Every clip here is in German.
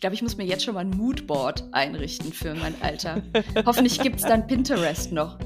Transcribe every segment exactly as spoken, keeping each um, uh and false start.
glaube, ich muss mir jetzt schon mal ein Moodboard einrichten für mein Alter. Hoffentlich gibt es dann Pinterest noch.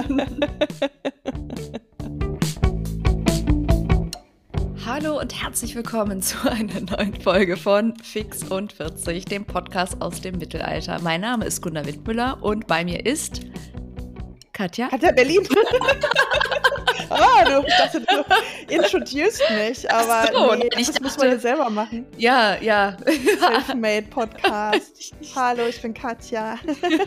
Hallo und herzlich willkommen zu einer neuen Folge von Fix und vierzig, dem Podcast aus dem Mittelalter. Mein Name ist Gunda Windmüller und bei mir ist Katja. Katja Berlin. Ah, du, ich dachte, du introduced mich, aber so, nee, ich das dachte, muss man ja selber machen. Ja, ja. Selfmade Podcast. Hallo, ich bin Katja.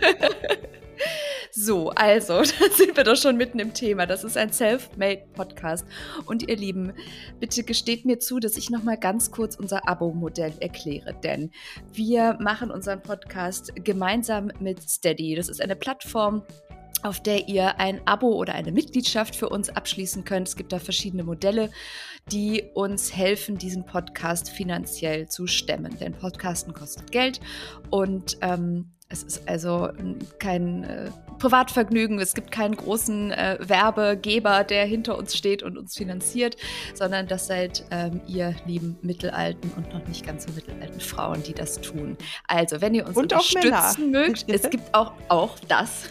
So, also, da sind wir doch schon mitten im Thema. Das ist ein Self-Made-Podcast. Und ihr Lieben, bitte gesteht mir zu, dass ich nochmal ganz kurz unser Abo-Modell erkläre. Denn wir machen unseren Podcast gemeinsam mit Steady. Das ist eine Plattform, auf der ihr ein Abo oder eine Mitgliedschaft für uns abschließen könnt. Es gibt da verschiedene Modelle, die uns helfen, diesen Podcast finanziell zu stemmen. Denn Podcasten kostet Geld und ähm, es ist also kein äh, Privatvergnügen, es gibt keinen großen äh, Werbegeber, der hinter uns steht und uns finanziert, sondern das seid ähm, ihr lieben mittelalten und noch nicht ganz so mittelalten Frauen, die das tun. Also, wenn ihr uns und unterstützen mögt, es gibt auch, auch das,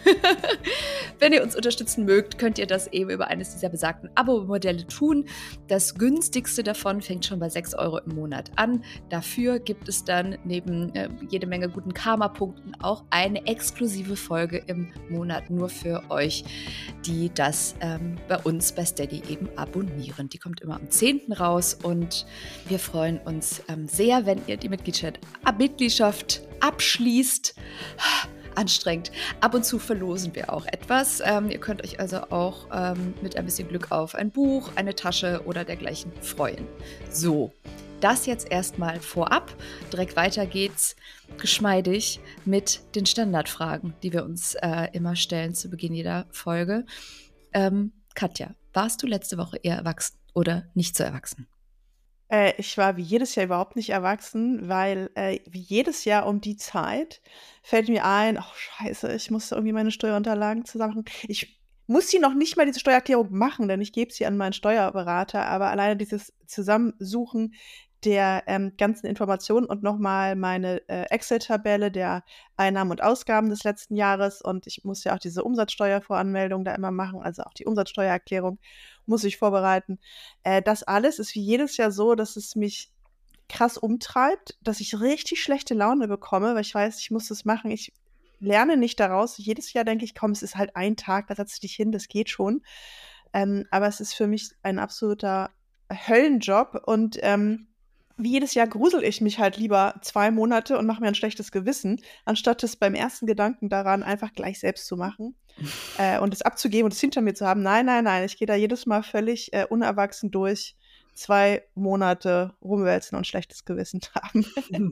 wenn ihr uns unterstützen mögt, könnt ihr das eben über eines dieser besagten Abo-Modelle tun. Das günstigste davon fängt schon bei sechs Euro im Monat an. Dafür gibt es dann neben äh, jede Menge guten Karma-Punkten auch eine exklusive Folge im Monat nur für euch, die das ähm, bei uns bei Steady eben abonnieren. Die kommt immer am zehnten raus und wir freuen uns ähm, sehr, wenn ihr die Mitgliedschaft, Mitgliedschaft abschließt. Anstrengend. Ab und zu verlosen wir auch etwas. Ähm, ihr könnt euch also auch ähm, mit ein bisschen Glück auf ein Buch, eine Tasche oder dergleichen freuen. So, das jetzt erstmal vorab. Direkt weiter geht's geschmeidig mit den Standardfragen, die wir uns äh, immer stellen zu Beginn jeder Folge. Ähm, Katja, warst du letzte Woche eher erwachsen oder nicht so erwachsen? Äh, ich war wie jedes Jahr überhaupt nicht erwachsen, weil äh, wie jedes Jahr um die Zeit fällt mir ein, oh scheiße, ich musste irgendwie meine Steuerunterlagen zusammen. Ich muss sie noch nicht mal diese Steuererklärung machen, denn ich gebe sie an meinen Steuerberater, aber alleine dieses Zusammensuchen der ähm, ganzen Informationen und nochmal meine äh, Excel-Tabelle der Einnahmen und Ausgaben des letzten Jahres und ich muss ja auch diese Umsatzsteuervoranmeldung da immer machen, also auch die Umsatzsteuererklärung muss ich vorbereiten. Äh, das alles ist wie jedes Jahr so, dass es mich krass umtreibt, dass ich richtig schlechte Laune bekomme, weil ich weiß, ich muss das machen. Ich lerne nicht daraus. Jedes Jahr denke ich, komm, es ist halt ein Tag, da setze ich dich hin, das geht schon. Ähm, aber es ist für mich ein absoluter Höllenjob und ähm, wie jedes Jahr grusel ich mich halt lieber zwei Monate und mache mir ein schlechtes Gewissen, anstatt es beim ersten Gedanken daran einfach gleich selbst zu machen äh, und es abzugeben und es hinter mir zu haben. Nein, nein, nein, ich gehe da jedes Mal völlig äh, unerwachsen durch, zwei Monate rumwälzen und schlechtes Gewissen haben.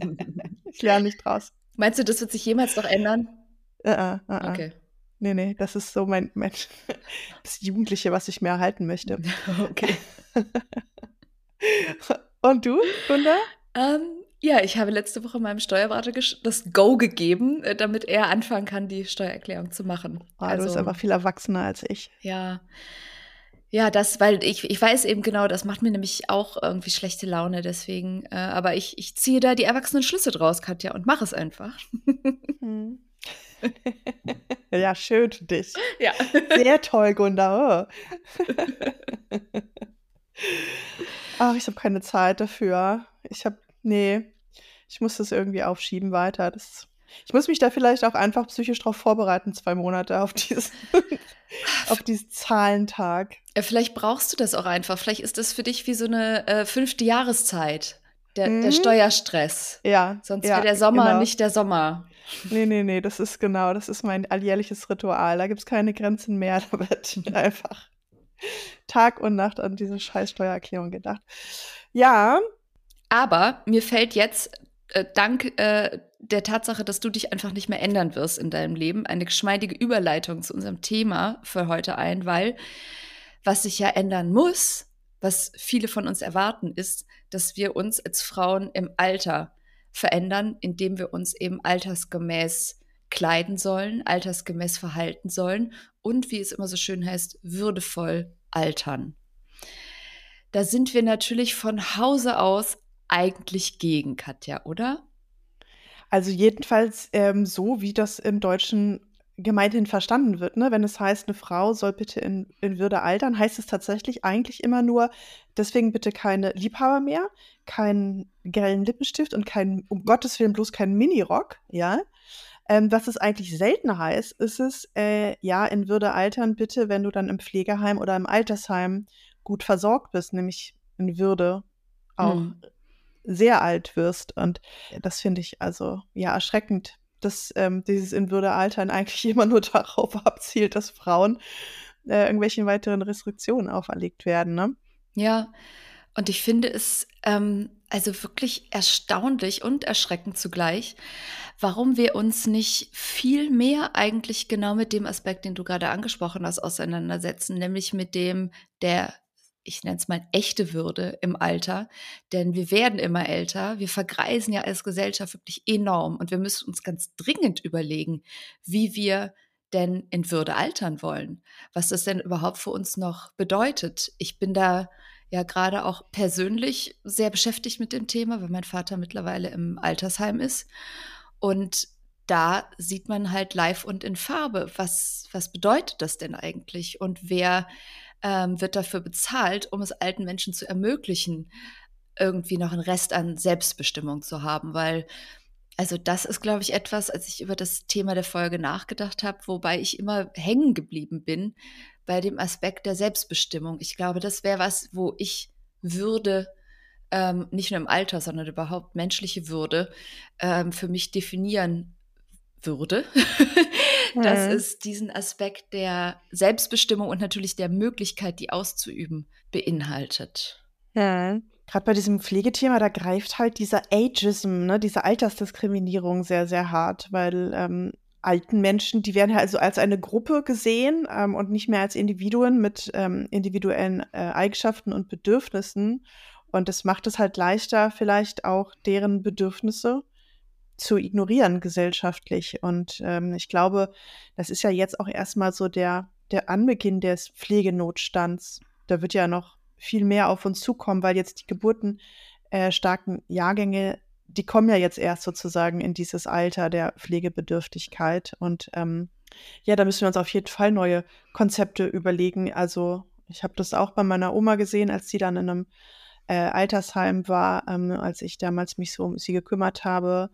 Ich lerne nicht draus. Meinst du, das wird sich jemals noch ändern? Uh, uh, uh. Okay. Nee, nee, das ist so mein, mein das Jugendliche, was ich mir erhalten möchte. Okay. Und du, Gunda? Ähm, ja, ich habe letzte Woche meinem Steuerberater das Go gegeben, damit er anfangen kann, die Steuererklärung zu machen. Oh, also, du bist einfach viel erwachsener als ich. Ja, ja, das, weil ich, ich weiß eben genau, das macht mir nämlich auch irgendwie schlechte Laune, deswegen, äh, aber ich, ich ziehe da die erwachsenen Schlüsse draus, Katja, und mache es einfach. Hm. Ja, schön für dich. Ja. Sehr toll, Gunda. Oh. Ach, ich habe keine Zeit dafür. Ich habe, nee, ich muss das irgendwie aufschieben weiter. Das, ich muss mich da vielleicht auch einfach psychisch drauf vorbereiten, zwei Monate auf diesen, auf diesen Zahlentag. Vielleicht brauchst du das auch einfach. Vielleicht ist das für dich wie so eine äh, fünfte Jahreszeit, der, Mhm. der Steuerstress. Ja. Sonst ja, wäre der Sommer genau. nicht der Sommer. Nee, nee, nee, das ist genau, das ist mein alljährliches Ritual. Da gibt es keine Grenzen mehr. Da wird einfach Tag und Nacht an diese scheiß Steuererklärung gedacht. Ja. Aber mir fällt jetzt, äh, dank äh, der Tatsache, dass du dich einfach nicht mehr ändern wirst in deinem Leben, eine geschmeidige Überleitung zu unserem Thema für heute ein, weil was sich ja ändern muss, was viele von uns erwarten, ist, dass wir uns als Frauen im Alter verändern, indem wir uns eben altersgemäß kleiden sollen, altersgemäß verhalten sollen und, wie es immer so schön heißt, würdevoll altern. Da sind wir natürlich von Hause aus eigentlich gegen, Katja, oder? Also jedenfalls ähm, so, wie das im Deutschen gemeinhin verstanden wird. Ne? Wenn es heißt, eine Frau soll bitte in, in Würde altern, heißt es tatsächlich eigentlich immer nur, deswegen bitte keine Liebhaber mehr, keinen grellen Lippenstift und kein, um Gottes Willen bloß keinen Minirock, ja. Ähm, was es eigentlich selten heißt, ist es, äh, ja, in Würde altern bitte, wenn du dann im Pflegeheim oder im Altersheim gut versorgt bist, nämlich in Würde auch Hm. sehr alt wirst. Und das finde ich also ja erschreckend, dass ähm, dieses in Würde altern eigentlich immer nur darauf abzielt, dass Frauen äh, irgendwelchen weiteren Restriktionen auferlegt werden. Ne? Ja, und ich finde es ähm, also wirklich erstaunlich und erschreckend zugleich, warum wir uns nicht viel mehr eigentlich genau mit dem Aspekt, den du gerade angesprochen hast, auseinandersetzen, nämlich mit dem der, ich nenne es mal, echte Würde im Alter. Denn wir werden immer älter, wir vergreisen ja als Gesellschaft wirklich enorm und wir müssen uns ganz dringend überlegen, wie wir denn in Würde altern wollen, was das denn überhaupt für uns noch bedeutet. Ich bin da ja gerade auch persönlich sehr beschäftigt mit dem Thema, weil mein Vater mittlerweile im Altersheim ist. Und da sieht man halt live und in Farbe, was, was bedeutet das denn eigentlich? Und wer ähm, wird dafür bezahlt, um es alten Menschen zu ermöglichen, irgendwie noch einen Rest an Selbstbestimmung zu haben? Weil, also das ist, glaube ich, etwas, als ich über das Thema der Folge nachgedacht habe, wobei ich immer hängen geblieben bin bei dem Aspekt der Selbstbestimmung. Ich glaube, das wäre was, wo ich Würde, ähm, nicht nur im Alter, sondern überhaupt menschliche Würde, ähm, für mich definieren würde. Dass Mhm. es diesen Aspekt der Selbstbestimmung und natürlich der Möglichkeit, die auszuüben, beinhaltet. Ja. Gerade bei diesem Pflegethema, da greift halt dieser Ageism, ne, diese Altersdiskriminierung sehr, sehr hart, weil ähm, alten Menschen, die werden ja also als eine Gruppe gesehen ähm, und nicht mehr als Individuen mit ähm, individuellen äh, Eigenschaften und Bedürfnissen. Und das macht es halt leichter, vielleicht auch deren Bedürfnisse zu ignorieren gesellschaftlich. Und ähm, ich glaube, das ist ja jetzt auch erstmal so der, der Anbeginn des Pflegenotstands. Da wird ja noch viel mehr auf uns zukommen, weil jetzt die geburtenstarken äh, starken Jahrgänge, die kommen ja jetzt erst sozusagen in dieses Alter der Pflegebedürftigkeit. Und ähm, ja, da müssen wir uns auf jeden Fall neue Konzepte überlegen. Also ich habe das auch bei meiner Oma gesehen, als sie dann in einem äh, Altersheim war, ähm, als ich damals mich so um sie gekümmert habe.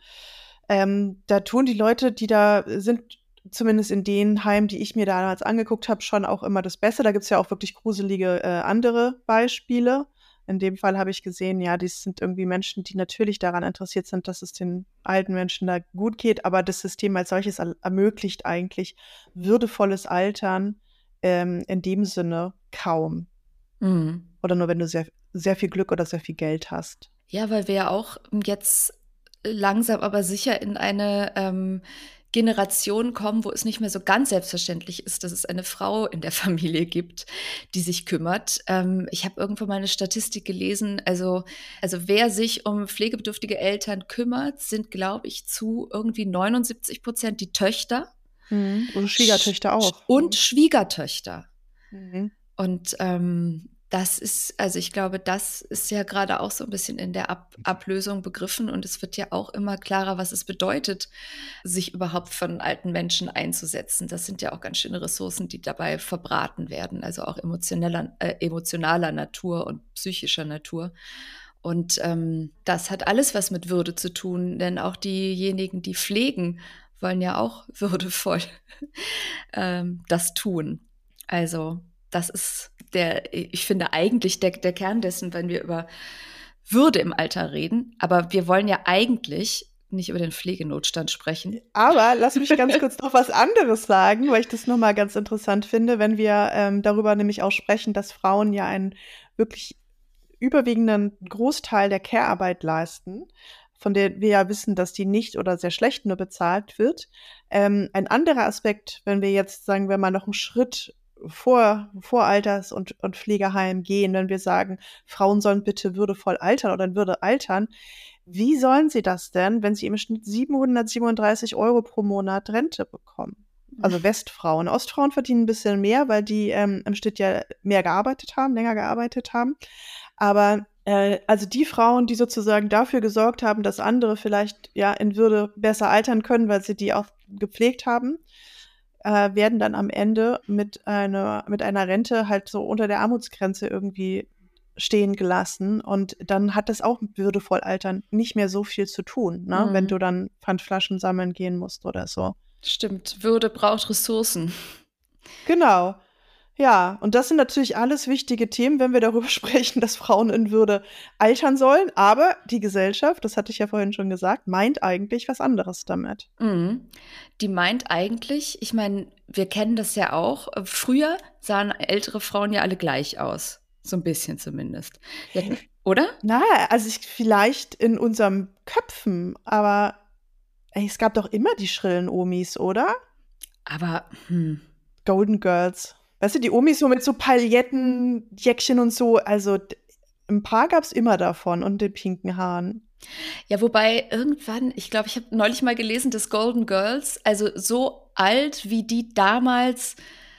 Ähm, da tun die Leute, die da sind, zumindest in den Heimen, die ich mir damals angeguckt habe, schon auch immer das Beste. Da gibt's ja auch wirklich gruselige äh, andere Beispiele. In dem Fall habe ich gesehen, ja, das sind irgendwie Menschen, die natürlich daran interessiert sind, dass es den alten Menschen da gut geht, aber das System als solches er ermöglicht eigentlich würdevolles Altern ähm, in dem Sinne kaum. Mhm. Oder nur, wenn du sehr, sehr viel Glück oder sehr viel Geld hast. Ja, weil wir ja auch jetzt langsam aber sicher in eine ähm, Generation kommen, wo es nicht mehr so ganz selbstverständlich ist, dass es eine Frau in der Familie gibt, die sich kümmert. Ähm, ich habe irgendwo mal eine Statistik gelesen, also, also wer sich um pflegebedürftige Eltern kümmert, sind, glaube ich, zu irgendwie neunundsiebzig Prozent die Töchter Mhm. Oder sch Schwiegertöchter sch auch. und Mhm. Schwiegertöchter. Mhm. Und ähm, das ist, also ich glaube, das ist ja gerade auch so ein bisschen in der Ab Ablösung begriffen und es wird ja auch immer klarer, was es bedeutet, sich überhaupt von alten Menschen einzusetzen. Das sind ja auch ganz schöne Ressourcen, die dabei verbraten werden, also auch emotioneller, äh, emotionaler Natur und psychischer Natur. Und ähm, das hat alles was mit Würde zu tun, denn auch diejenigen, die pflegen, wollen ja auch würdevoll ähm, das tun. Also das ist der, ich finde eigentlich der, der Kern dessen, wenn wir über Würde im Alter reden. Aber wir wollen ja eigentlich nicht über den Pflegenotstand sprechen. Aber lass mich ganz kurz noch was anderes sagen, weil ich das nochmal ganz interessant finde, wenn wir ähm, darüber nämlich auch sprechen, dass Frauen ja einen wirklich überwiegenden Großteil der Care-Arbeit leisten, von der wir ja wissen, dass die nicht oder sehr schlecht nur bezahlt wird. Ähm, ein anderer Aspekt, wenn wir jetzt, sagen wir mal, noch einen Schritt vor, vor Alters- und, und Pflegeheim gehen, wenn wir sagen, Frauen sollen bitte würdevoll altern oder in Würde altern, wie sollen sie das denn, wenn sie im Schnitt siebenhundertsiebenunddreißig Euro pro Monat Rente bekommen? Also Westfrauen. Ostfrauen verdienen ein bisschen mehr, weil die ähm, im Schnitt ja mehr gearbeitet haben, länger gearbeitet haben. Aber Äh, also die Frauen, die sozusagen dafür gesorgt haben, dass andere vielleicht ja in Würde besser altern können, weil sie die auch gepflegt haben, äh, werden dann am Ende mit einer, mit einer Rente halt so unter der Armutsgrenze irgendwie stehen gelassen. Und dann hat das auch mit würdevoll altern nicht mehr so viel zu tun, ne? Mhm. Wenn du dann Pfandflaschen sammeln gehen musst oder so. Stimmt, Würde braucht Ressourcen. Genau. Ja, und das sind natürlich alles wichtige Themen, wenn wir darüber sprechen, dass Frauen in Würde altern sollen. Aber die Gesellschaft, das hatte ich ja vorhin schon gesagt, meint eigentlich was anderes damit. Mhm. Die meint eigentlich, ich meine, wir kennen das ja auch, äh, früher sahen ältere Frauen ja alle gleich aus. So ein bisschen zumindest. Wir hatten, oder? Na, also ich, vielleicht in unseren Köpfen, aber ey, es gab doch immer die schrillen Omis, oder? Aber, hm. Golden Girls. Weißt du, die Omis so mit so Pailletten, Jäckchen und so. Also d- ein paar gab es immer davon und den pinken Haaren. Ja, wobei irgendwann, ich glaube, ich habe neulich mal gelesen, dass Golden Girls, also so alt wie die damals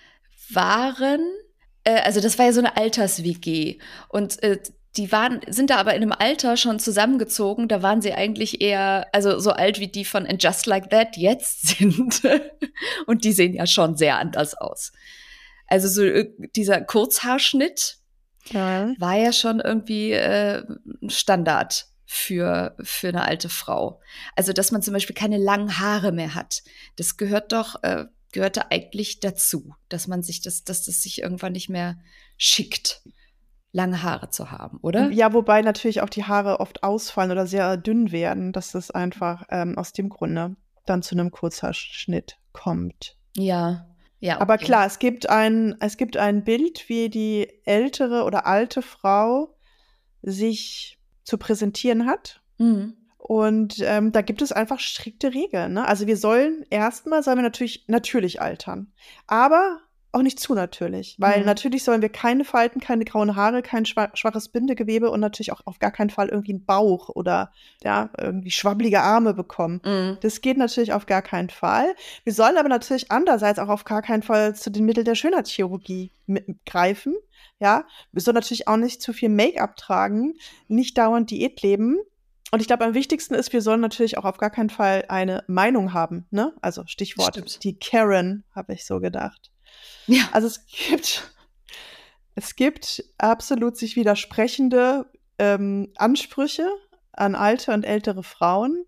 waren, äh, also das war ja so eine Alters-W G. Und äh, die waren, sind da aber in einem Alter schon zusammengezogen, da waren sie eigentlich eher, also so alt wie die von And Just Like That jetzt sind. Und die sehen ja schon sehr anders aus. Also so äh, dieser Kurzhaarschnitt Ja. war ja schon irgendwie äh, ein Standard für, für eine alte Frau. Also, dass man zum Beispiel keine langen Haare mehr hat, das gehört doch, äh, gehörte eigentlich dazu, dass man sich das, dass das sich irgendwann nicht mehr schickt, lange Haare zu haben, oder? Ja, wobei natürlich auch die Haare oft ausfallen oder sehr dünn werden, dass das einfach ähm, aus dem Grunde dann zu einem Kurzhaarschnitt kommt. Ja, ja, Aber okay. klar, es gibt ein, es gibt ein Bild, wie die ältere oder alte Frau sich zu präsentieren hat. Mhm. Und ähm, da gibt es einfach strikte Regeln. Ne? Also wir sollen erstmal, sollen wir natürlich natürlich altern, aber auch nicht zu natürlich, weil Mhm. natürlich sollen wir keine Falten, keine grauen Haare, kein schwa- schwaches Bindegewebe und natürlich auch auf gar keinen Fall irgendwie einen Bauch oder ja irgendwie schwabbelige Arme bekommen. Mhm. Das geht natürlich auf gar keinen Fall. Wir sollen aber natürlich andererseits auch auf gar keinen Fall zu den Mitteln der Schönheitschirurgie mit- greifen. Ja, wir sollen natürlich auch nicht zu viel Make-up tragen, nicht dauernd Diät leben. Und ich glaube, am wichtigsten ist, wir sollen natürlich auch auf gar keinen Fall eine Meinung haben, ne? Also Stichwort Stimmt. die Karen, habe ich so gedacht. Ja. Also es gibt, es gibt absolut sich widersprechende ähm, Ansprüche an alte und ältere Frauen,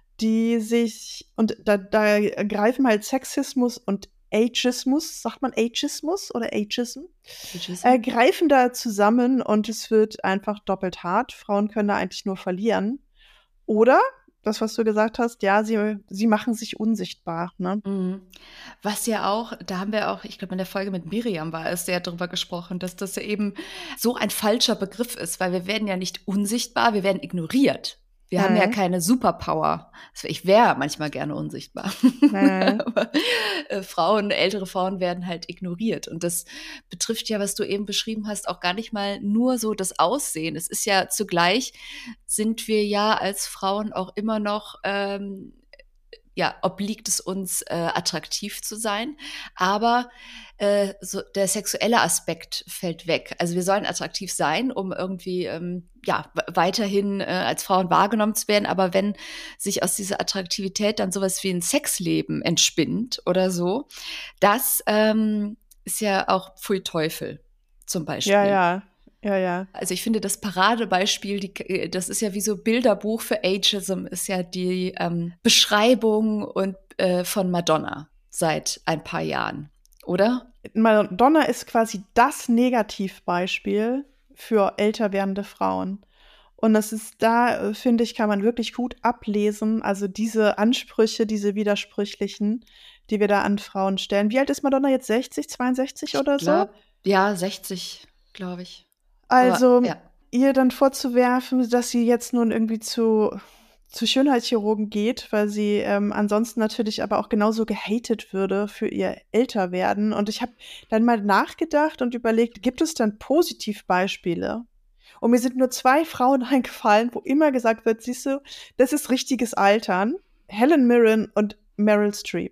die sich, und da, da greifen halt Sexismus und Ageismus, sagt man Ageismus oder Ageism, äh, greifen da zusammen und es wird einfach doppelt hart. Frauen können da eigentlich nur verlieren. Oder, das, was du gesagt hast, ja, sie, sie machen sich unsichtbar, ne? Mhm. Was ja auch, da haben wir auch, ich glaube, in der Folge mit Miriam war es sehr drüber gesprochen, dass das ja eben so ein falscher Begriff ist, weil wir werden ja nicht unsichtbar, wir werden ignoriert. Wir haben ja Mhm. keine Superpower. Also ich wäre manchmal gerne unsichtbar. Mhm. Aber äh, Frauen, ältere Frauen werden halt ignoriert. Und das betrifft ja, was du eben beschrieben hast, auch gar nicht mal nur so das Aussehen. Es ist ja zugleich, sind wir ja als Frauen auch immer noch ähm, ja, obliegt es uns, äh, attraktiv zu sein. Aber äh, so der sexuelle Aspekt fällt weg. Also wir sollen attraktiv sein, um irgendwie ähm, ja weiterhin äh, als Frauen wahrgenommen zu werden. Aber wenn sich aus dieser Attraktivität dann sowas wie ein Sexleben entspinnt oder so, das ähm, ist ja auch Pfui Teufel zum Beispiel. Ja, ja, ja, ja. Also ich finde das Paradebeispiel, die, das ist ja wie so Bilderbuch für Ageism, ist ja die ähm, Beschreibung und, äh, von Madonna seit ein paar Jahren, oder? Madonna ist quasi das Negativbeispiel für älter werdende Frauen. Und das ist da, äh, finde ich, kann man wirklich gut ablesen, also diese Ansprüche, diese widersprüchlichen, die wir da an Frauen stellen. Wie alt ist Madonna jetzt? sechzig, zweiundsechzig oder so? Glaub, ja, sechzig, glaube ich. Aber Also ja. ihr dann vorzuwerfen, dass sie jetzt nun irgendwie zu, zu Schönheitschirurgen geht, weil sie ähm, ansonsten natürlich aber auch genauso gehatet würde für ihr Älterwerden. Und ich habe dann mal nachgedacht und überlegt, gibt es dann Positivbeispiele? Und mir sind nur zwei Frauen eingefallen, wo immer gesagt wird, siehst du, das ist richtiges Altern. Helen Mirren und Meryl Streep.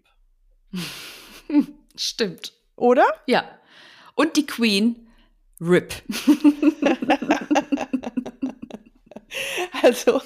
Stimmt. Oder? Ja. Und die Queen, R I P. Also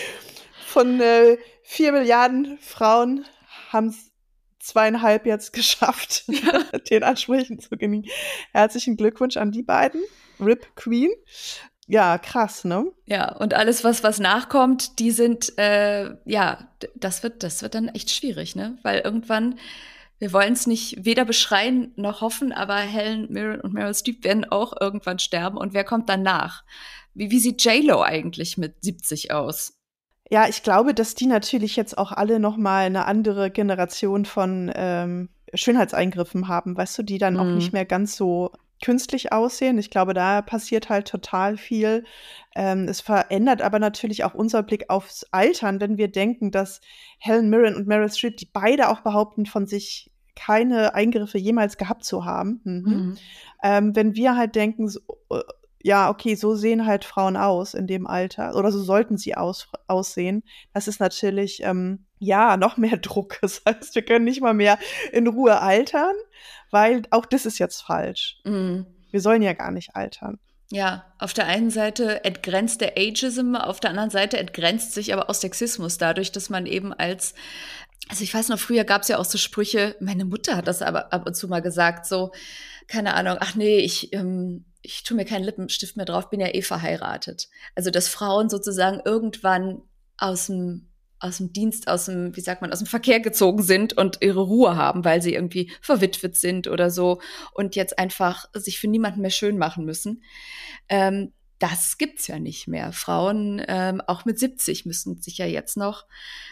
von äh, vier Milliarden Frauen haben es zweieinhalb jetzt geschafft, Ja. den Ansprüchen zu genügen. Herzlichen Glückwunsch an die beiden. Rip Queen. Ja, krass, ne? Ja, und alles, was, was nachkommt, die sind, äh, ja, d- das wird, das wird dann echt schwierig, ne? Weil irgendwann, wir wollen es nicht weder beschreien noch hoffen, aber Helen Mirren und Meryl Streep werden auch irgendwann sterben. Und wer kommt dann nach? Wie, wie sieht J-Lo eigentlich mit siebzig aus? Ja, ich glaube, dass die natürlich jetzt auch alle noch mal eine andere Generation von ähm, Schönheitseingriffen haben, weißt du, die dann auch nicht Mhm. mehr ganz so künstlich aussehen. Ich glaube, da passiert halt total viel. Ähm, es verändert aber natürlich auch unser Blick aufs Altern, wenn wir denken, dass Helen Mirren und Meryl Streep, die beide auch behaupten, von sich keine Eingriffe jemals gehabt zu haben. Mhm. Mhm. Ähm, wenn wir halt denken, so, äh, ja, okay, so sehen halt Frauen aus in dem Alter oder so sollten sie aus, aussehen. Das ist natürlich, ähm, ja, noch mehr Druck. Das heißt, wir können nicht mal mehr in Ruhe altern, weil auch das ist jetzt falsch. Mhm. Wir sollen ja gar nicht altern. Ja, auf der einen Seite entgrenzt der Ageism, auf der anderen Seite entgrenzt sich aber auch Sexismus dadurch, dass man eben als, also ich weiß noch, früher gab es ja auch so Sprüche, meine Mutter hat das aber ab und zu mal gesagt, so, keine Ahnung, ach nee, ich, ähm, ich tue mir keinen Lippenstift mehr drauf, bin ja eh verheiratet. Also, dass Frauen sozusagen irgendwann aus dem aus dem Dienst, aus dem, wie sagt man, aus dem Verkehr gezogen sind und ihre Ruhe haben, weil sie irgendwie verwitwet sind oder so und jetzt einfach sich für niemanden mehr schön machen müssen. Ähm, das gibt's ja nicht mehr. Frauen, ähm, auch mit siebzig, müssen sich ja jetzt noch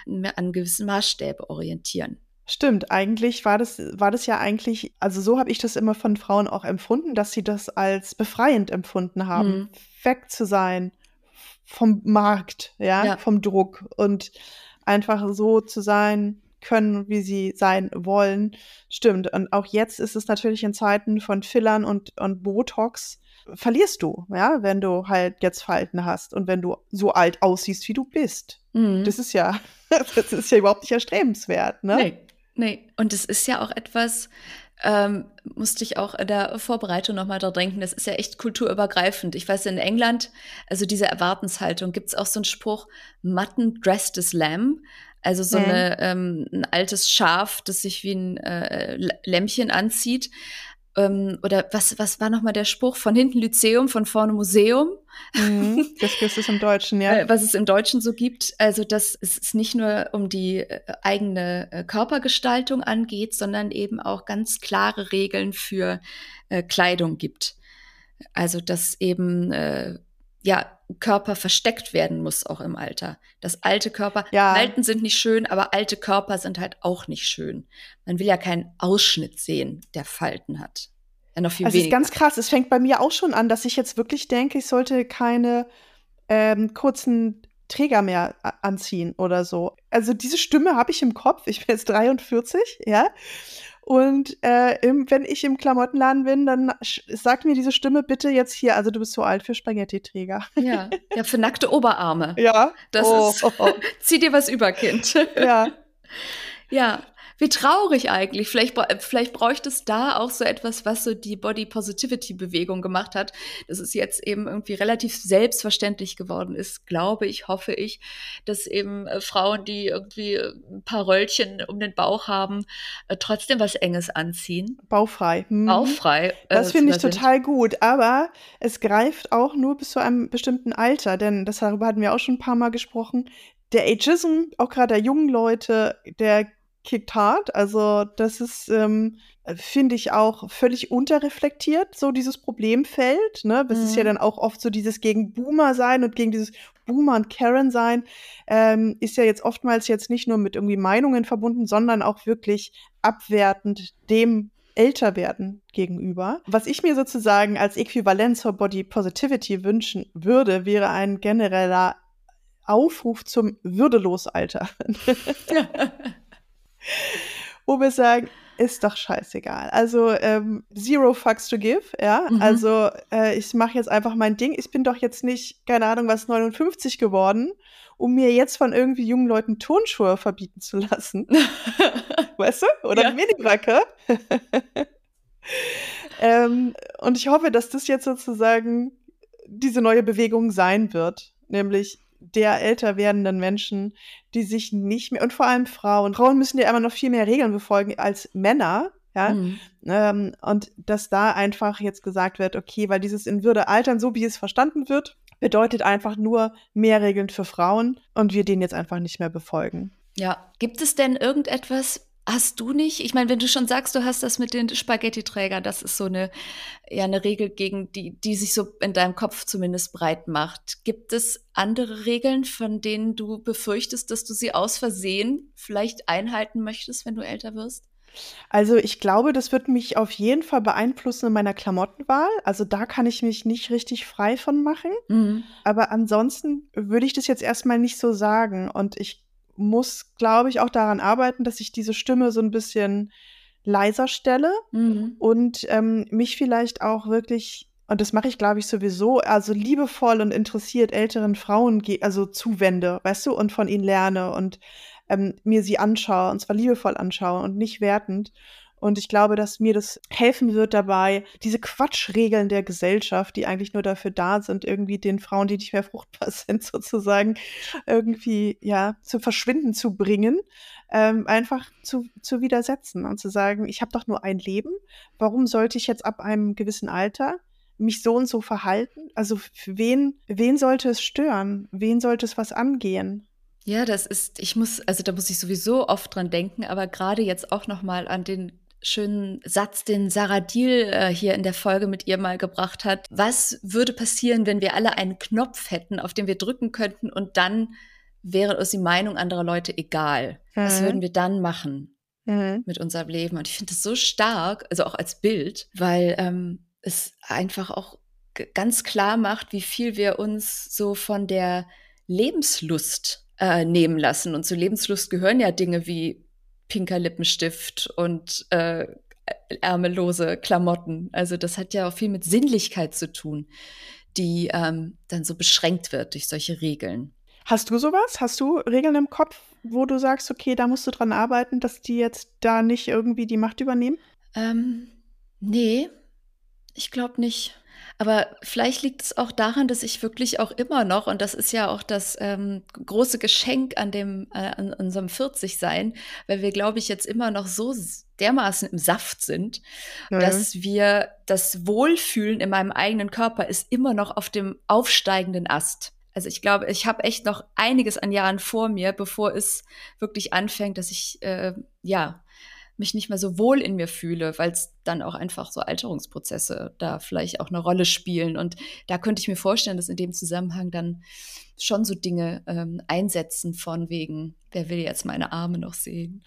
an gewissen Maßstäbe orientieren. Stimmt, eigentlich war das, war das ja eigentlich, also so habe ich das immer von Frauen auch empfunden, dass sie das als befreiend empfunden haben, Hm. weg zu sein vom Markt, ja, Ja. vom Druck und einfach so zu sein können, wie sie sein wollen. Stimmt. Und auch jetzt ist es natürlich in Zeiten von Fillern und, und Botox, verlierst du, ja, wenn du halt jetzt Falten hast und wenn du so alt aussiehst, wie du bist. Das Mhm. ist ja, das ist ja überhaupt nicht erstrebenswert, ne? Nee, nee. Und es ist ja auch etwas, ähm, musste ich auch in der Vorbereitung noch mal dran denken, das ist ja echt kulturübergreifend. Ich weiß, in England, also diese Erwartenshaltung, gibt's auch so einen Spruch, Mutton dressed as lamb. Also so Mhm. eine, ähm, ein altes Schaf, das sich wie ein äh, L- Lämmchen anzieht. Ähm, oder was, was war noch mal der Spruch? Von hinten Lyzeum, von vorne Museum. Mhm. Das gibt es im Deutschen, ja. Äh, was es im Deutschen so gibt. Also, dass es nicht nur um die äh, eigene äh, Körpergestaltung angeht, sondern eben auch ganz klare Regeln für äh, Kleidung gibt. Also, dass eben äh, ja Körper versteckt werden muss auch im Alter. Dass alte Körper, Ja, Falten sind nicht schön, aber alte Körper sind halt auch nicht schön. Man will ja keinen Ausschnitt sehen, der Falten hat. Ja, noch viel also es ist ganz weniger. krass. Es fängt bei mir auch schon an, dass ich jetzt wirklich denke, ich sollte keine ähm, kurzen Träger mehr a- anziehen oder so. Also diese Stimme habe ich im Kopf. Ich bin jetzt dreiundvierzig, ja. Und äh, im, wenn ich im Klamottenladen bin, dann sch- sagt mir diese Stimme bitte jetzt hier, also du bist so alt für Spaghetti-Träger. Ja, ja, für nackte Oberarme. Ja. Das Oh. ist, zieh dir was über, Kind. Ja. Ja, wie traurig eigentlich. Vielleicht, bra- vielleicht bräuchte es da auch so etwas, was so die Body Positivity Bewegung gemacht hat, dass es jetzt eben irgendwie relativ selbstverständlich geworden ist, glaube ich, hoffe ich, dass eben äh, Frauen, die irgendwie äh, ein paar Röllchen um den Bauch haben, äh, trotzdem was Enges anziehen, Baufrei. Mhm. bauchfrei Das äh, finde ich sogar sind. total gut, aber es greift auch nur bis zu einem bestimmten Alter, denn das darüber hatten wir auch schon ein paar Mal gesprochen. Der Ageism, auch gerade der jungen Leute, der kickt hart. Also das ist, ähm, finde ich auch völlig unterreflektiert, so dieses Problemfeld. Ne? Das ist ja Mhm. dann auch oft so dieses gegen Boomer sein und gegen dieses Boomer und Karen sein, ähm, ist ja jetzt oftmals jetzt nicht nur mit irgendwie Meinungen verbunden, sondern auch wirklich abwertend dem Älterwerden gegenüber. Was ich mir sozusagen als Äquivalent zur Body Positivity wünschen würde, wäre ein genereller Aufruf zum Würdelosalter, wo wir sagen, ist doch scheißegal. Also ähm, zero fucks to give, ja. Mhm. Also äh, ich mache jetzt einfach mein Ding. Ich bin doch jetzt nicht, keine Ahnung, was neunundfünfzig geworden, um mir jetzt von irgendwie jungen Leuten Turnschuhe verbieten zu lassen. Weißt du? Oder Ja. Miniröcke. Ähm, und ich hoffe, dass das jetzt sozusagen diese neue Bewegung sein wird. Nämlich der älter werdenden Menschen, die sich nicht mehr, und vor allem Frauen, Frauen müssen ja immer noch viel mehr Regeln befolgen als Männer, ja, Mhm. ähm, und dass da einfach jetzt gesagt wird, okay, weil dieses in Würde altern, so wie es verstanden wird, bedeutet einfach nur mehr Regeln für Frauen und wir den jetzt einfach nicht mehr befolgen. Ja, gibt es denn irgendetwas, hast du nicht? Ich meine, wenn du schon sagst, du hast das mit den Spaghetti-Trägern, das ist so eine, ja, eine Regel, gegen die, die sich so in deinem Kopf zumindest breit macht. Gibt es andere Regeln, von denen du befürchtest, dass du sie aus Versehen vielleicht einhalten möchtest, wenn du älter wirst? Also ich glaube, das wird mich auf jeden Fall beeinflussen in meiner Klamottenwahl. Also da kann ich mich nicht richtig frei von machen. Mhm. Aber ansonsten würde ich das jetzt erstmal nicht so sagen. Und ich muss, glaube ich, auch daran arbeiten, dass ich diese Stimme so ein bisschen leiser stelle Mhm. und ähm, mich vielleicht auch wirklich, und das mache ich, glaube ich, sowieso, also liebevoll und interessiert älteren Frauen ge- also zuwende, weißt du, und von ihnen lerne und ähm, mir sie anschaue, und zwar liebevoll anschaue und nicht wertend. Und ich glaube, dass mir das helfen wird dabei, diese Quatschregeln der Gesellschaft, die eigentlich nur dafür da sind, irgendwie den Frauen, die nicht mehr fruchtbar sind, sozusagen irgendwie, ja, zu verschwinden zu bringen, ähm, einfach zu, zu widersetzen und zu sagen, ich habe doch nur ein Leben. Warum sollte ich jetzt ab einem gewissen Alter mich so und so verhalten? Also für wen, wen sollte es stören? Wen sollte es was angehen? Ja, das ist, ich muss, also da muss ich sowieso oft dran denken, aber gerade jetzt auch noch mal an den schönen Satz, den Sarah Deal äh, hier in der Folge mit ihr mal gebracht hat. Was würde passieren, wenn wir alle einen Knopf hätten, auf den wir drücken könnten und dann wäre uns die Meinung anderer Leute egal? Was würden Mhm. wir dann machen Mhm. mit unserem Leben? Und ich finde das so stark, also auch als Bild, weil ähm, es einfach auch g- ganz klar macht, wie viel wir uns so von der Lebenslust äh, nehmen lassen. Und zu Lebenslust gehören ja Dinge wie pinker Lippenstift und äh, ärmellose Klamotten. Also das hat ja auch viel mit Sinnlichkeit zu tun, die ähm, dann so beschränkt wird durch solche Regeln. Hast du sowas? Hast du Regeln im Kopf, wo du sagst, okay, da musst du dran arbeiten, dass die jetzt da nicht irgendwie die Macht übernehmen? Ähm, nee, ich glaube nicht. Aber vielleicht liegt es auch daran, dass ich wirklich auch immer noch, und das ist ja auch das ähm, große Geschenk an dem, äh, an unserem vierzig-Sein, weil wir, glaube ich, jetzt immer noch so s- dermaßen im Saft sind, Mhm. dass wir das Wohlfühlen in meinem eigenen Körper ist immer noch auf dem aufsteigenden Ast. Also ich glaube, ich habe echt noch einiges an Jahren vor mir, bevor es wirklich anfängt, dass ich äh, ja mich nicht mehr so wohl in mir fühle, weil es dann auch einfach so Alterungsprozesse da vielleicht auch eine Rolle spielen. Und da könnte ich mir vorstellen, dass in dem Zusammenhang dann schon so Dinge ähm, einsetzen von wegen, wer will jetzt meine Arme noch sehen?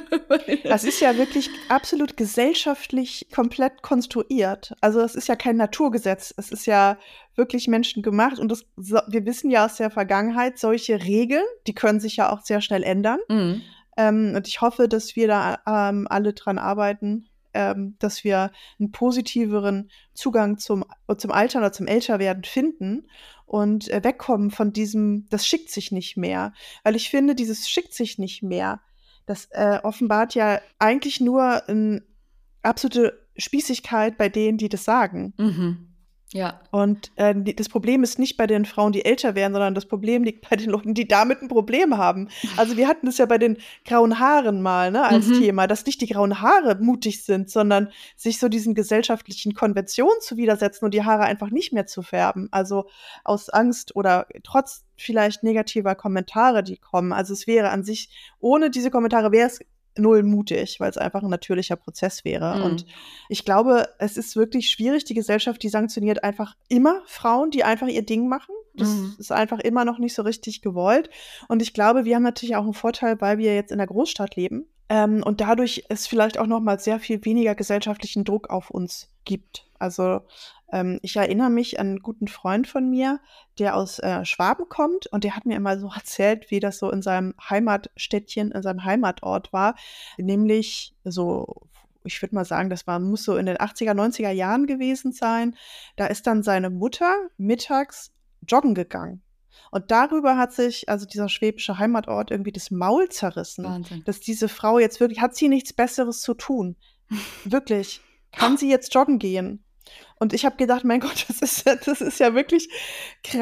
Das ist ja wirklich absolut gesellschaftlich komplett konstruiert. Also es ist ja kein Naturgesetz. Es ist ja wirklich menschengemacht. Und das, so, wir wissen ja aus der Vergangenheit, solche Regeln, die können sich ja auch sehr schnell ändern. Mhm. Ähm, und ich hoffe, dass wir da ähm, alle dran arbeiten, ähm, dass wir einen positiveren Zugang zum, zum Altern oder zum Älterwerden finden und äh, wegkommen von diesem, das schickt sich nicht mehr. Weil ich finde, dieses schickt sich nicht mehr, das äh, offenbart ja eigentlich nur eine absolute Spießigkeit bei denen, die das sagen. Mhm. Ja. Und äh, die- das Problem ist nicht bei den Frauen, die älter werden, sondern das Problem liegt bei den Leuten, die damit ein Problem haben. Also wir hatten das ja bei den grauen Haaren mal, ne, als Mhm. Thema, dass nicht die grauen Haare mutig sind, sondern sich so diesen gesellschaftlichen Konventionen zu widersetzen und die Haare einfach nicht mehr zu färben. Also aus Angst oder trotz vielleicht negativer Kommentare, die kommen. Also es wäre an sich, ohne diese Kommentare wäre es null mutig, weil es einfach ein natürlicher Prozess wäre. Und Mhm. ich glaube, es ist wirklich schwierig. Die Gesellschaft, die sanktioniert einfach immer Frauen, die einfach ihr Ding machen. Das Mhm. ist einfach immer noch nicht so richtig gewollt. Und ich glaube, wir haben natürlich auch einen Vorteil, weil wir jetzt in der Großstadt leben. Ähm, und dadurch es vielleicht auch noch mal sehr viel weniger gesellschaftlichen Druck auf uns gibt. Also ähm, ich erinnere mich an einen guten Freund von mir, der aus äh, Schwaben kommt. Und der hat mir immer so erzählt, wie das so in seinem Heimatstädtchen, in seinem Heimatort war. Nämlich so, ich würde mal sagen, das war, muss so in den achtziger, neunziger Jahren gewesen sein. Da ist dann seine Mutter mittags joggen gegangen. Und darüber hat sich, also dieser schwäbische Heimatort, irgendwie das Maul zerrissen, Wahnsinn. dass diese Frau jetzt wirklich, hat sie nichts Besseres zu tun? Wirklich. Kann sie jetzt joggen gehen? Und ich habe gedacht, mein Gott, das ist ja, das ist ja wirklich krass,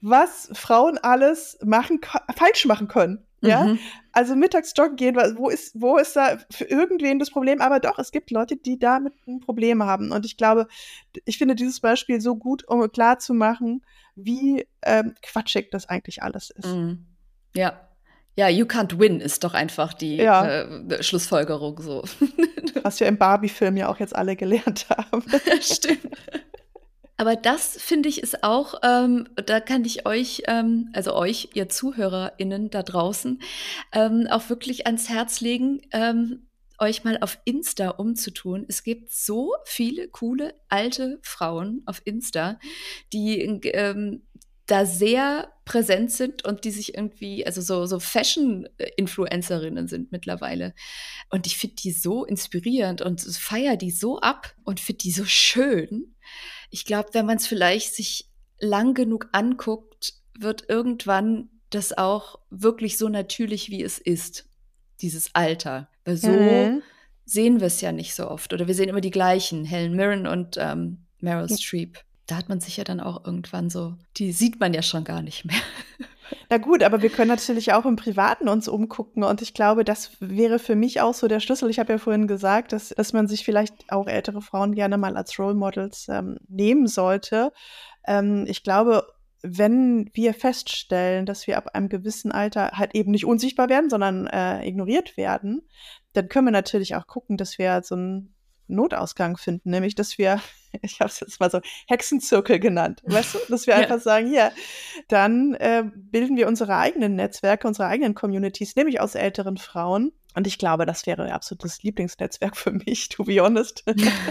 was Frauen alles machen, falsch machen können. Ja, Mhm. also mittags joggen gehen, wo ist, wo ist da für irgendwen das Problem? Aber doch, es gibt Leute, die damit ein Problem haben. Und ich glaube, ich finde dieses Beispiel so gut, um klar zu machen, wie ähm, quatschig das eigentlich alles ist. Mhm. Ja. Ja, you can't win ist doch einfach die Ja. äh, Schlussfolgerung so. Was wir im Barbie-Film ja auch jetzt alle gelernt haben. Stimmt. Aber das finde ich ist auch, ähm, da kann ich euch, ähm, also euch, ihr ZuhörerInnen da draußen, ähm, auch wirklich ans Herz legen, ähm, euch mal auf Insta umzutun. Es gibt so viele coole alte Frauen auf Insta, die ähm, da sehr präsent sind und die sich irgendwie, also so, so Fashion-Influencerinnen sind mittlerweile. Und ich finde die so inspirierend und feiere die so ab und finde die so schön. Ich glaube, wenn man es vielleicht sich lang genug anguckt, wird irgendwann das auch wirklich so natürlich, wie es ist, dieses Alter. Weil so Mhm. sehen wir es ja nicht so oft. Oder wir sehen immer die gleichen, Helen Mirren und ähm, Meryl Streep. Da hat man sich ja dann auch irgendwann so, die sieht man ja schon gar nicht mehr. Na gut, aber wir können natürlich auch im Privaten uns umgucken und ich glaube, das wäre für mich auch so der Schlüssel. Ich habe ja vorhin gesagt, dass, dass man sich vielleicht auch ältere Frauen gerne mal als Role Models ähm, nehmen sollte. Ähm, ich glaube, wenn wir feststellen, dass wir ab einem gewissen Alter halt eben nicht unsichtbar werden, sondern äh, ignoriert werden, dann können wir natürlich auch gucken, dass wir so einen Notausgang finden, nämlich dass wir, ich habe es jetzt mal so Hexenzirkel genannt, weißt du, dass wir Ja. einfach sagen, hier, dann äh, bilden wir unsere eigenen Netzwerke, unsere eigenen Communities, nämlich aus älteren Frauen. Und ich glaube, das wäre ein absolutes Lieblingsnetzwerk für mich, to be honest.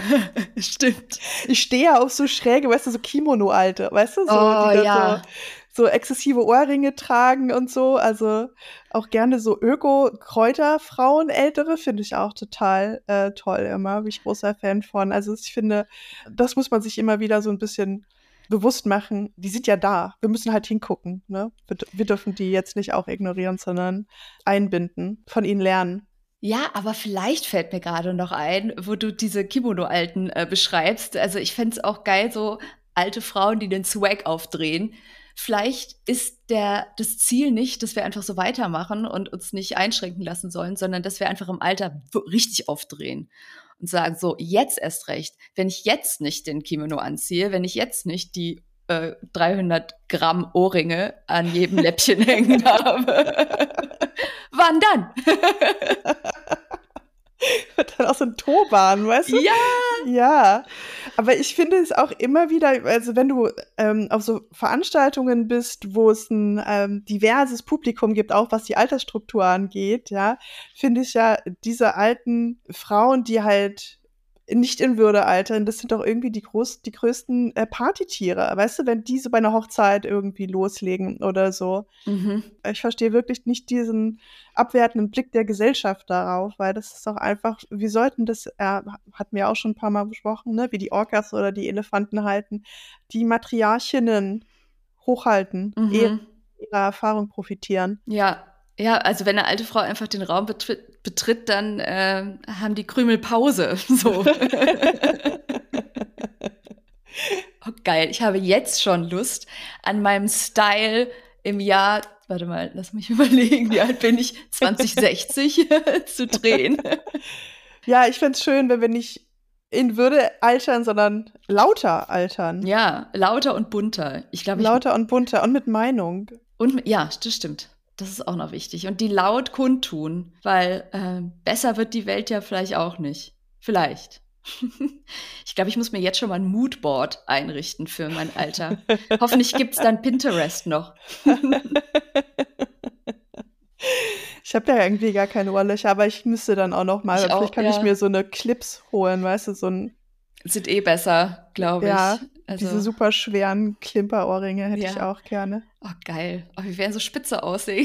Stimmt. Ich stehe ja auf so schräge, weißt du, so Kimono-Alte, weißt du, so, Oh, die dann ja. so, so exzessive Ohrringe tragen und so. Also auch gerne so Öko-Kräuterfrauen, ältere, finde ich auch total äh, toll immer. Bin ich großer Fan von. Also ich finde, das muss man sich immer wieder so ein bisschen bewusst machen. Die sind ja da. Wir müssen halt hingucken. Ne? Wir, wir dürfen die jetzt nicht auch ignorieren, sondern einbinden, von ihnen lernen. Ja, aber vielleicht fällt mir gerade noch ein, wo du diese Kimono-Alten äh, beschreibst. Also ich fände es auch geil, so alte Frauen, die den Swag aufdrehen. Vielleicht ist der, das Ziel nicht, dass wir einfach so weitermachen und uns nicht einschränken lassen sollen, sondern dass wir einfach im Alter w- richtig aufdrehen und sagen, so, jetzt erst recht. Wenn ich jetzt nicht den Kimono anziehe, wenn ich jetzt nicht die äh, dreihundert Gramm Ohrringe an jedem Läppchen hängen habe, wann dann? Dann auch so ein Turban, weißt du? Ja! Ja, aber ich finde es auch immer wieder, also wenn du ähm, auf so Veranstaltungen bist, wo es ein ähm, diverses Publikum gibt, auch was die Altersstruktur angeht, ja, finde ich ja diese alten Frauen, die halt nicht in Würde altern, das sind doch irgendwie die, groß, die größten äh, Partytiere, weißt du, wenn diese bei einer Hochzeit irgendwie loslegen oder so. Mhm. Ich verstehe wirklich nicht diesen abwertenden Blick der Gesellschaft darauf, weil das ist doch einfach, wir sollten das, äh, hatten wir auch schon ein paar Mal besprochen, ne, wie die Orcas oder die Elefanten halten, die Matriarchinnen hochhalten, Mhm. ihrer Erfahrung profitieren. Ja, ja, also wenn eine alte Frau einfach den Raum betritt, betritt dann äh, haben die Krümel Pause. So. Oh, geil. Ich habe jetzt schon Lust, an meinem Style im Jahr, warte mal, lass mich überlegen, wie alt bin ich? zwanzig sechzig zu drehen. Ja, ich find's schön, wenn wir nicht in Würde altern, sondern lauter altern. Ja, lauter und bunter. Ich glaube, ich Lauter und bunter und mit Meinung. und ja, das stimmt. Das ist auch noch wichtig. Und die laut kundtun, weil äh, besser wird die Welt ja vielleicht auch nicht. Vielleicht. Ich glaube, ich muss mir jetzt schon mal ein Moodboard einrichten für mein Alter. Hoffentlich gibt's dann Pinterest noch. Ich habe ja irgendwie gar keine Ohrlöcher, aber ich müsste dann auch noch mal, Ich vielleicht auch, kann ja. ich mir so eine Clips holen, weißt du, so ein, Sind eh besser, glaube ja, ich. Also, diese super schweren Klimperohrringe hätte ich Ja. auch gerne. oh, geil. Oh, wir werden so spitze aussehen.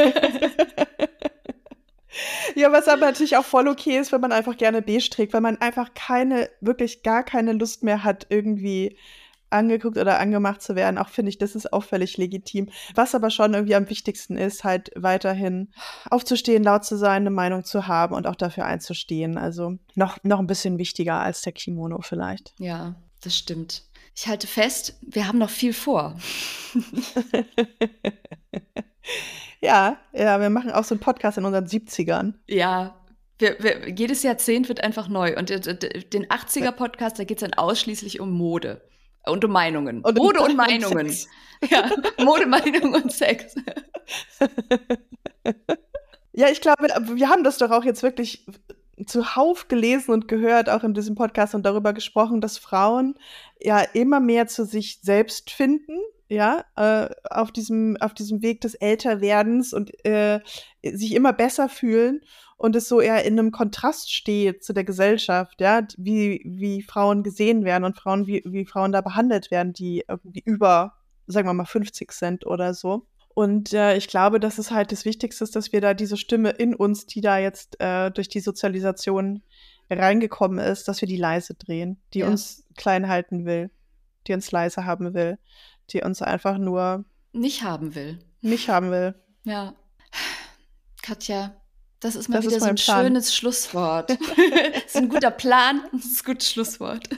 Ja, was aber natürlich auch voll okay ist, wenn man einfach gerne beige trägt, weil man einfach keine, wirklich gar keine Lust mehr hat, irgendwie angeguckt oder angemacht zu werden. Auch finde ich, das ist auch völlig legitim. Was aber schon irgendwie am wichtigsten ist, halt weiterhin aufzustehen, laut zu sein, eine Meinung zu haben und auch dafür einzustehen. Also noch, noch ein bisschen wichtiger als der Kimono vielleicht. Ja, das stimmt. Ich halte fest, wir haben noch viel vor. Ja, ja, wir machen auch so einen Podcast in unseren siebzigern. Ja, wir, wir, jedes Jahrzehnt wird einfach neu. Und den achtziger-Podcast, da geht es dann ausschließlich um Mode und um Meinungen. Und um Mode und und Meinungen. Sex. Ja, Mode, Meinung und Sex. Ja, ich glaube, wir haben das doch auch jetzt wirklich zuhauf gelesen und gehört, auch in diesem Podcast und darüber gesprochen, dass Frauen ja immer mehr zu sich selbst finden, ja, äh, auf diesem, auf diesem Weg des Älterwerdens und äh, sich immer besser fühlen und es so eher in einem Kontrast steht zu der Gesellschaft, ja, wie, wie Frauen gesehen werden und Frauen, wie, wie Frauen da behandelt werden, die irgendwie über, sagen wir mal, fünfzig sind oder so. Und äh, ich glaube, dass es halt das Wichtigste ist, dass wir da diese Stimme in uns, die da jetzt äh, durch die Sozialisation reingekommen ist, dass wir die leise drehen, die Ja. uns klein halten will, die uns leise haben will, die uns einfach nur Nicht haben will. nicht haben will. Ja. Katja, das ist mal Das wieder ist so ein mein Plan. schönes Schlusswort. Das ist ein guter Plan und das ist ein gutes Schlusswort.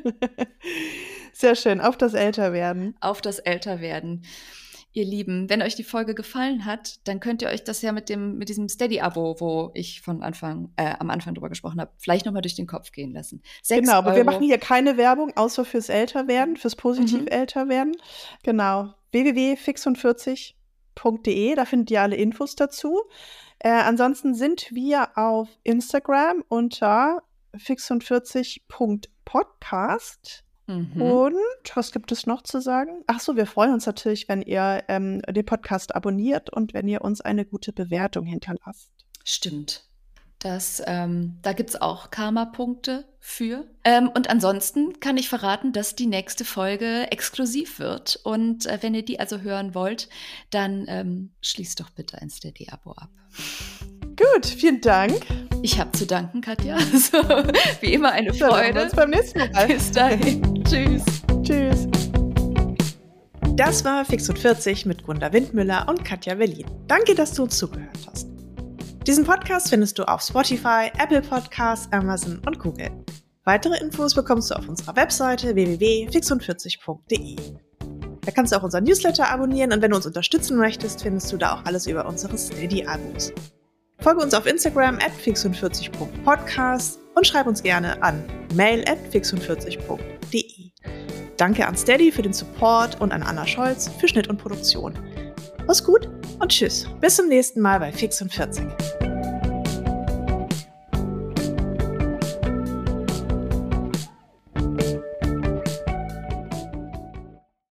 Sehr schön, auf das Älterwerden. Auf das Älterwerden. Ihr Lieben, wenn euch die Folge gefallen hat, dann könnt ihr euch das ja mit dem mit diesem Steady-Abo, wo ich von Anfang äh, am Anfang drüber gesprochen habe, vielleicht nochmal durch den Kopf gehen lassen. Sechs Genau, aber wir Euro. machen hier keine Werbung, außer fürs Älterwerden, fürs positiv Mhm. Älterwerden. Genau, w w w punkt fix und vierzig punkt d e, da findet ihr alle Infos dazu. Äh, ansonsten sind wir auf Instagram unter fixundvierzig punkt podcast. Mhm. Und was gibt es noch zu sagen? Ach so, wir freuen uns natürlich, wenn ihr ähm, den Podcast abonniert und wenn ihr uns eine gute Bewertung hinterlasst. Stimmt. Das, ähm, da gibt es auch Karma-Punkte für. Ähm, und ansonsten kann ich verraten, dass die nächste Folge exklusiv wird. Und äh, wenn ihr die also hören wollt, dann ähm, schließt doch bitte ein Steady-Abo ab. Gut, vielen Dank. Ich habe zu danken, Katja. Also, wie immer eine Dann sehen wir Freude. uns beim nächsten Mal. Bis dahin. Tschüss. Tschüss. Das war Fix und vierzig mit Gunda Windmüller und Katja Berlin. Danke, dass du uns zugehört hast. Diesen Podcast findest du auf Spotify, Apple Podcasts, Amazon und Google. Weitere Infos bekommst du auf unserer Webseite w w w punkt fixundvierzig punkt d e. Da kannst du auch unseren Newsletter abonnieren und wenn du uns unterstützen möchtest, findest du da auch alles über unsere Steady-Abos. Folge uns auf Instagram at fixundvierzig punkt podcast und schreib uns gerne an mail at fixundvierzig punkt d e. Danke an Steady für den Support und an Anna Scholz für Schnitt und Produktion. Mach's gut und tschüss. Bis zum nächsten Mal bei Fix und vierzig.